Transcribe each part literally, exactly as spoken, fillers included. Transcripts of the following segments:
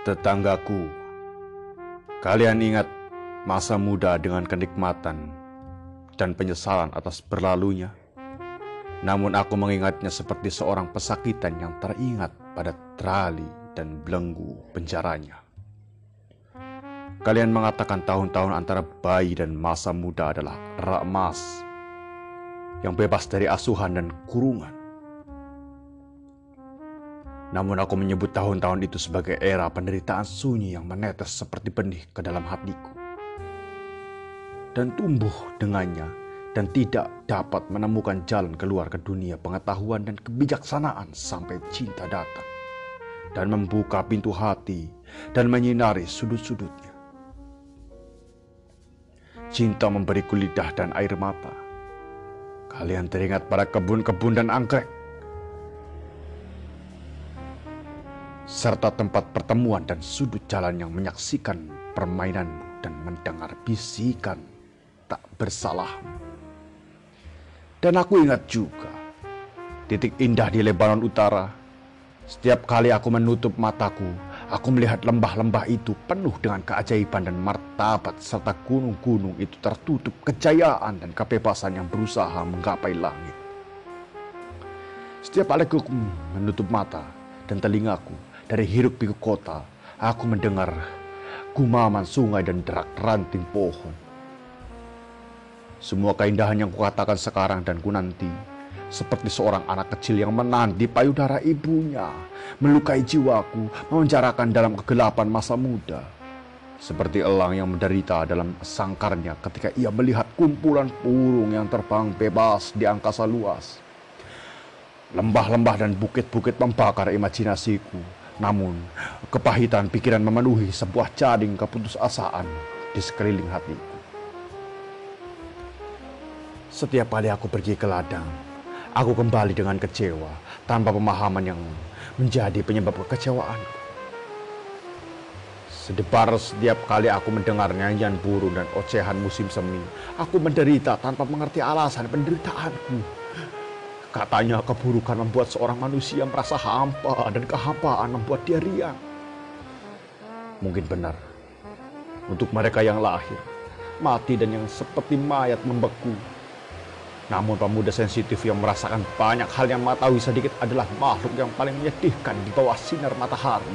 Tetanggaku, kalian ingat masa muda dengan kenikmatan dan penyesalan atas berlalunya? Namun aku mengingatnya seperti seorang pesakitan yang teringat pada trali dan belenggu penjaranya. Kalian mengatakan tahun-tahun antara bayi dan masa muda adalah era emas yang bebas dari asuhan dan kurungan. Namun aku menyebut tahun-tahun itu sebagai era penderitaan sunyi yang menetes seperti benih ke dalam hatiku dan tumbuh dengannya, dan tidak dapat menemukan jalan keluar ke dunia pengetahuan dan kebijaksanaan sampai cinta datang dan membuka pintu hati dan menyinari sudut-sudutnya. Cinta memberiku lidah dan air mata. Kalian teringat pada kebun-kebun dan anggrek, serta tempat pertemuan dan sudut jalan yang menyaksikan permainanmu dan mendengar bisikan tak bersalahmu. Dan aku ingat juga titik indah di Lebanon Utara. Setiap kali aku menutup mataku, aku melihat lembah-lembah itu penuh dengan keajaiban dan martabat, serta gunung-gunung itu tertutup kejayaan dan kebebasan yang berusaha menggapai langit. Setiap kali aku menutup mata dan telingaku dari hiruk-pikuk kota, aku mendengar gumaman sungai dan derak ranting pohon. Semua keindahan yang kukatakan sekarang dan kunanti, seperti seorang anak kecil yang menanti payudara ibunya, melukai jiwaku, memenjarakan dalam kegelapan masa muda. Seperti elang yang menderita dalam sangkarnya ketika ia melihat kumpulan burung yang terbang bebas di angkasa luas. Lembah-lembah dan bukit-bukit membakar imajinasiku, namun kepahitan pikiran memenuhi sebuah jaring keputusasaan di sekeliling hatiku. Setiap kali aku pergi ke ladang, aku kembali dengan kecewa tanpa pemahaman yang menjadi penyebab kekecewaanku. Sedebar setiap kali aku mendengar nyanyian burung dan ocehan musim semi, aku menderita tanpa mengerti alasan penderitaanku. Katanya keburukan membuat seorang manusia merasa hampa dan kehampaan membuat dia riang. Mungkin benar, untuk mereka yang lahir, mati dan yang seperti mayat membeku. Namun pemuda sensitif yang merasakan banyak hal yang mataui sedikit adalah makhluk yang paling menyedihkan di bawah sinar matahari.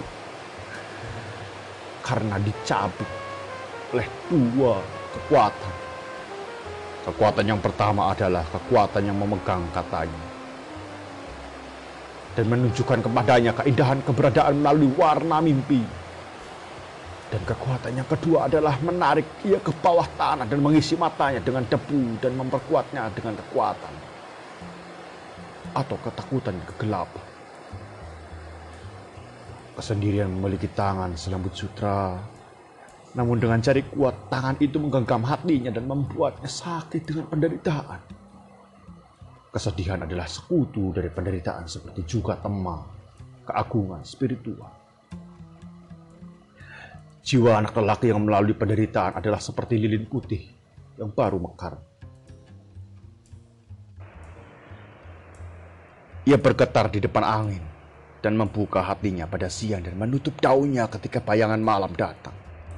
Karena dicabik oleh dua kekuatan. Kekuatan yang pertama adalah kekuatan yang memegang katanya dan menunjukkan kepadanya keindahan keberadaan melalui warna mimpi. Dan kekuatan yang kedua adalah menarik ia ke bawah tanah dan mengisi matanya dengan debu dan memperkuatnya dengan kekuatan atau ketakutan kegelapan. Kesendirian memiliki tangan selembut sutra, namun dengan jari kuat tangan itu menggenggam hatinya dan membuatnya sakit dengan penderitaan. Kesedihan adalah sekutu dari penderitaan, seperti juga tema keagungan spiritual. Jiwa anak lelaki yang melalui penderitaan adalah seperti lilin putih yang baru mekar. Ia bergetar di depan angin dan membuka hatinya pada siang dan menutup daunnya ketika bayangan malam datang.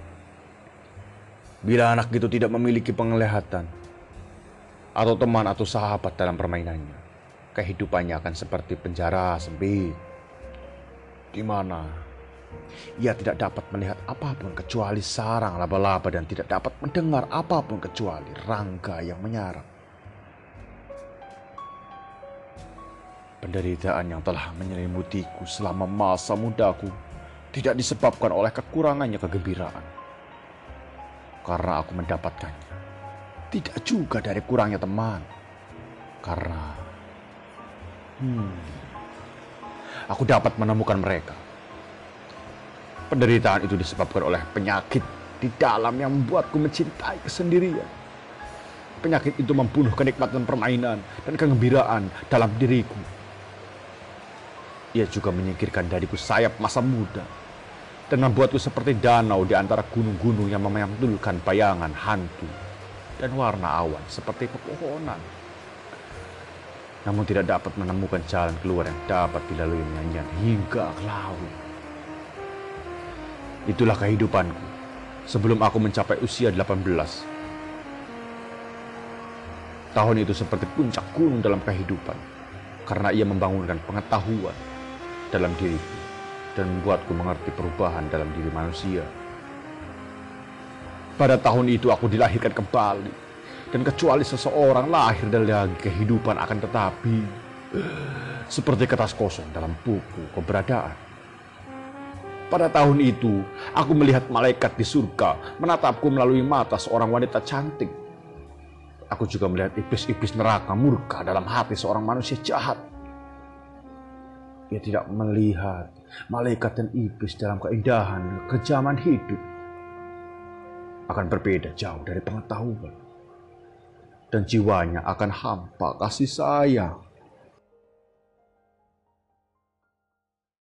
Bila anak itu tidak memiliki penglihatan atau teman atau sahabat dalam permainannya, kehidupannya akan seperti penjara sempit, di mana ia tidak dapat melihat apapun kecuali sarang laba-laba dan tidak dapat mendengar apapun kecuali rangga yang menyarang. Penderitaan yang telah menyelimutiku selama masa mudaku tidak disebabkan oleh kekurangannya kegembiraan, karena aku mendapatkannya. Tidak juga dari kurangnya teman, karena hmm, aku dapat menemukan mereka. Penderitaan itu disebabkan oleh penyakit di dalam yang membuatku mencintai kesendirian. Penyakit itu membunuh kenikmatan permainan dan kegembiraan dalam diriku. Ia juga menyingkirkan dariku sayap masa muda dan membuatku seperti danau di antara gunung-gunung yang memantulkan bayangan hantu dan warna awan seperti pepohonan. Namun tidak dapat menemukan jalan keluar yang dapat dilalui nyanyian hingga ke laut. Itulah kehidupanku sebelum aku mencapai usia delapan belas. Tahun itu seperti puncak gunung dalam kehidupan, karena ia membangunkan pengetahuan dalam diriku dan membuatku mengerti perubahan dalam diri manusia. Pada tahun itu aku dilahirkan kembali, dan kecuali seseorang lahir dari kehidupan akan tetapi seperti kertas kosong dalam buku keberadaan. Pada tahun itu, aku melihat malaikat di surga menatapku melalui mata seorang wanita cantik. Aku juga melihat iblis-iblis neraka murka dalam hati seorang manusia jahat. Ia tidak melihat malaikat dan iblis dalam keindahan kejaman hidup. Akan berbeda jauh dari pengetahuan. Dan jiwanya akan hampa kasih sayang.